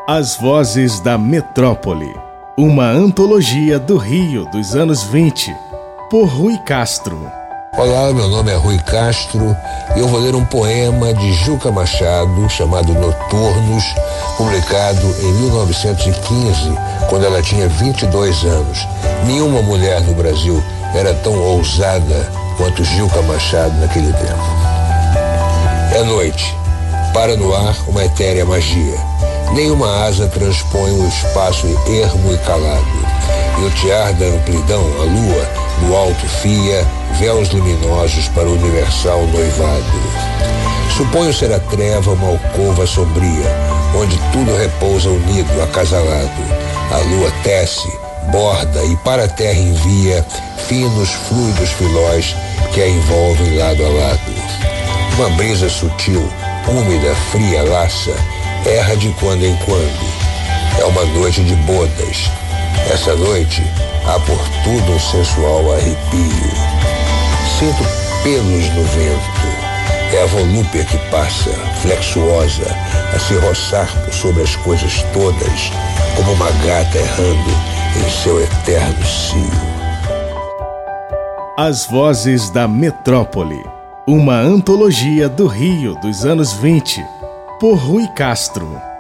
As Vozes da Metrópole, uma antologia do Rio dos anos 20, por Rui Castro. Olá, meu nome é Rui Castro e eu vou ler um poema de Juca Machado chamado Noturnos, publicado em 1915, quando ela tinha 22 anos. Nenhuma mulher no Brasil era tão ousada quanto Juca Machado naquele tempo. É noite, para no ar uma etérea magia. Nenhuma asa transpõe o espaço ermo e calado. E o tear da amplidão, a lua, no alto fia véus luminosos para o universal noivado. Suponho ser a treva uma alcova sombria, onde tudo repousa unido, acasalado. A lua tece, borda e para a terra envia finos fluidos filóis que a envolvem lado a lado. Uma brisa sutil, úmida, fria, laça, erra de quando em quando. É uma noite de bodas. Essa noite há por tudo um sensual arrepio. Sinto pelos no vento. É a volúpia que passa, flexuosa, a se roçar sobre as coisas todas, como uma gata errando em seu eterno cio. As Vozes da Metrópole, uma antologia do Rio dos anos 20, por Rui Castro.